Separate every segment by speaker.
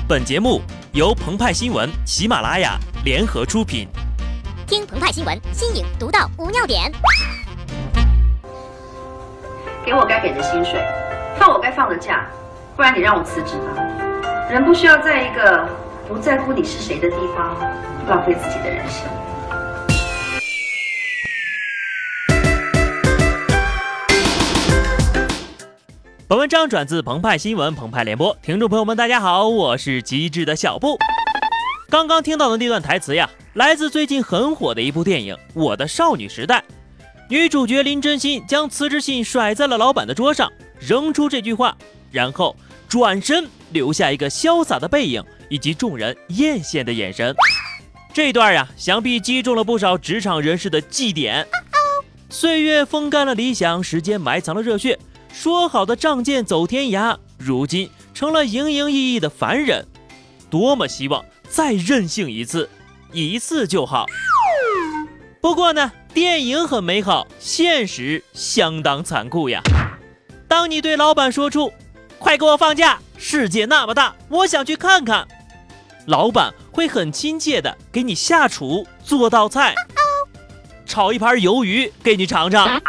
Speaker 1: 本节目由澎湃新闻、喜马拉雅联合出品。
Speaker 2: 听澎湃新闻，新颖独到，无尿点。
Speaker 3: 给我该给的薪水，放我该放的假，不然你让我辞职吧。人不需要在一个不在乎你是谁的地方浪费自己的人生。
Speaker 1: 本文章转自澎湃新闻澎湃联播，听众朋友们大家好，我是机智的小布。刚刚听到的那段台词呀，来自最近很火的一部电影《我的少女时代》。女主角林真心将辞职信甩在了老板的桌上，扔出这句话，然后转身留下一个潇洒的背影以及众人艳羡的眼神。这段呀，想必击中了不少职场人士的祭点。岁月风干了理想，时间埋藏了热血，说好的仗剑走天涯，如今成了营营役役的凡人。多么希望再任性一次，一次就好。不过呢，电影很美好，现实相当残酷呀。当你对老板说出快给我放假，世界那么大，我想去看看，老板会很亲切的给你下厨做道菜，炒一盘鱿鱼给你尝尝。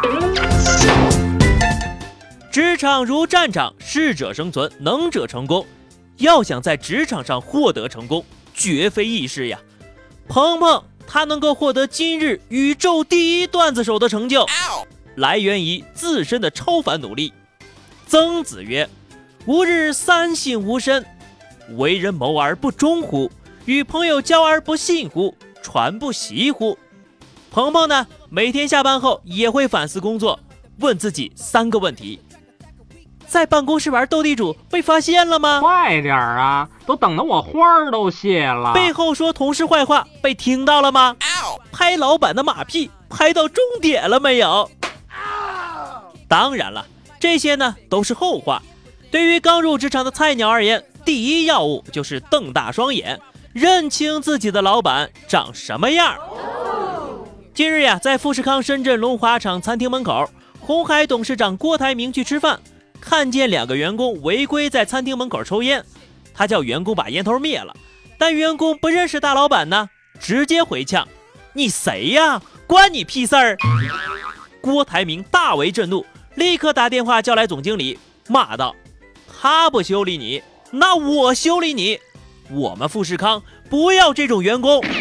Speaker 1: 职场如战场，适者生存，能者成功。要想在职场上获得成功，绝非易事呀。鹏鹏他能够获得今日宇宙第一段子手的成就，来源于自身的超凡努力。曾子曰：吾日三省吾身，为人谋而不忠乎？与朋友交而不信乎？传不习乎？鹏鹏呢，每天下班后也会反思工作，问自己3个问题：在办公室玩斗地主被发现了吗？
Speaker 4: 快点啊，都等得我花儿都谢了。
Speaker 1: 背后说同事坏话被听到了吗？拍老板的马屁拍到终点了没有？当然了，这些呢都是后话。对于刚入职场的菜鸟而言，第一要务就是瞪大双眼，认清自己的老板长什么样。近日呀，在富士康深圳龙华厂餐厅门口，鸿海董事长郭台铭去吃饭，看见2个员工违规在餐厅门口抽烟，他叫员工把烟头灭了，但员工不认识大老板呢，直接回呛：你谁呀？关你屁事儿！郭台铭大为震怒，立刻打电话叫来总经理，骂道：他不修理你，那我修理你！我们富士康不要这种员工。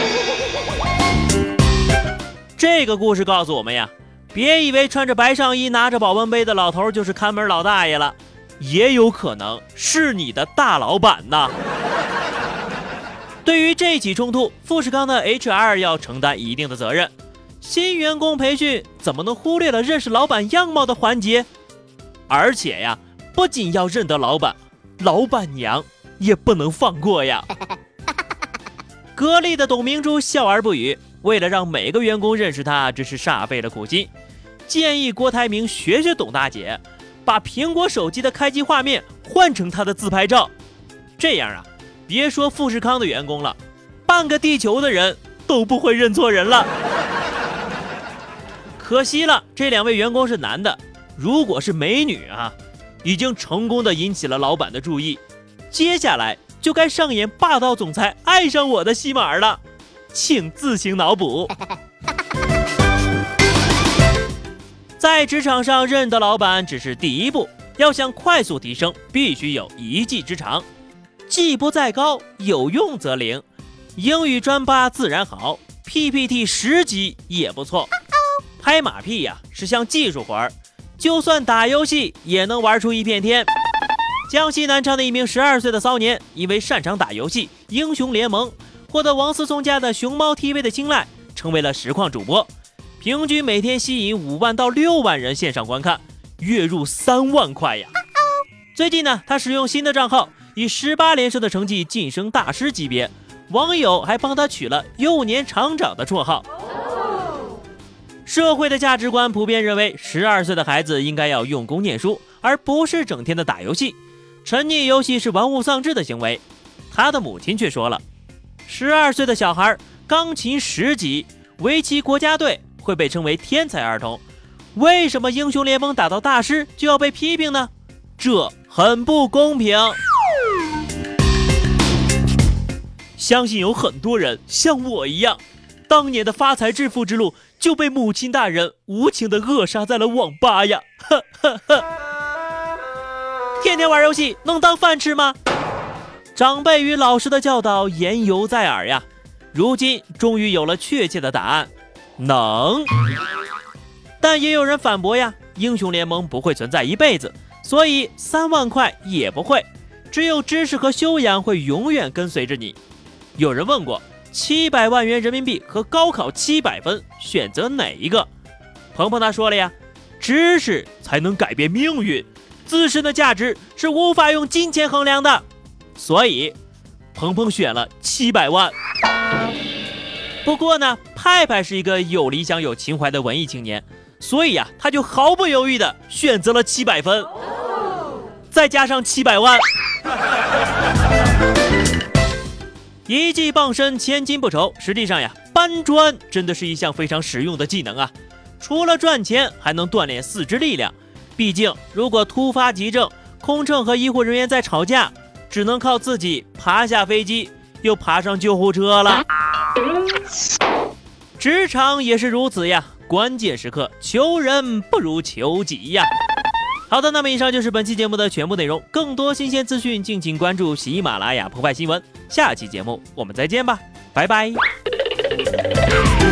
Speaker 1: 这个故事告诉我们呀，别以为穿着白上衣拿着保温杯的老头就是看门老大爷了，也有可能是你的大老板呐。对于这起冲突，富士康的 HR 要承担一定的责任。新员工培训怎么能忽略了认识老板样貌的环节？而且呀，不仅要认得老板，老板娘也不能放过呀。格力的董明珠笑而不语，为了让每个员工认识他，真是煞费了苦心。建议郭台铭学学董大姐，把苹果手机的开机画面换成他的自拍照，这样啊，别说富士康的员工了，半个地球的人都不会认错人了。可惜了，这2位员工是男的，如果是美女啊，已经成功的引起了老板的注意，接下来就该上演霸道总裁爱上我的戏码了，请自行脑补。在职场上认得老板只是第一步，要想快速提升，必须有一技之长。技不在高，有用则灵。英语专8自然好， PPT 10级也不错。拍马屁呀，是项技术活儿，就算打游戏也能玩出一片天。江西南昌的一名12岁的骚年，因为擅长打游戏英雄联盟，获得王思聪家的熊猫 TV 的青睐，成为了实况主播，平均每天吸引5万到6万人线上观看，月入3万块呀。最近呢，他使用新的账号，以18连胜的成绩晋升大师级别，网友还帮他取了幼年厂长的绰号。社会的价值观普遍认为，12岁的孩子应该要用功念书，而不是整天的打游戏。沉溺游戏是玩物丧志的行为。他的母亲却说了，12岁的小孩钢琴10级，围棋国家队会被称为天才儿童，为什么英雄联盟打到大师就要被批评呢？这很不公平。 相信有很多人像我一样，当年的发财致富之路就被母亲大人无情地扼杀在了网吧呀！呵呵呵。天天玩游戏能当饭吃吗？长辈与老师的教导言犹在耳呀，如今终于有了确切的答案，能。但也有人反驳呀，英雄联盟不会存在一辈子，所以3万块也不会，只有知识和修养会永远跟随着你。有人问过，700万元人民币和高考700分，选择哪一个？鹏鹏他说了呀，知识才能改变命运，自身的价值是无法用金钱衡量的，所以鹏鹏选了700万。不过呢，派派是一个有理想有情怀的文艺青年，所以他就毫不犹豫地选择了700分，再加上700万。一技傍身，千金不愁。实际上搬砖真的是一项非常实用的技能啊！除了赚钱，还能锻炼四肢力量。毕竟，如果突发急症，空乘和医护人员在吵架，只能靠自己爬下飞机，又爬上救护车了。职场也是如此呀，关键时刻求人不如求己呀。好的，那么以上就是本期节目的全部内容。更多新鲜资讯，敬请关注喜马拉雅澎湃新闻。下期节目我们再见吧，拜拜。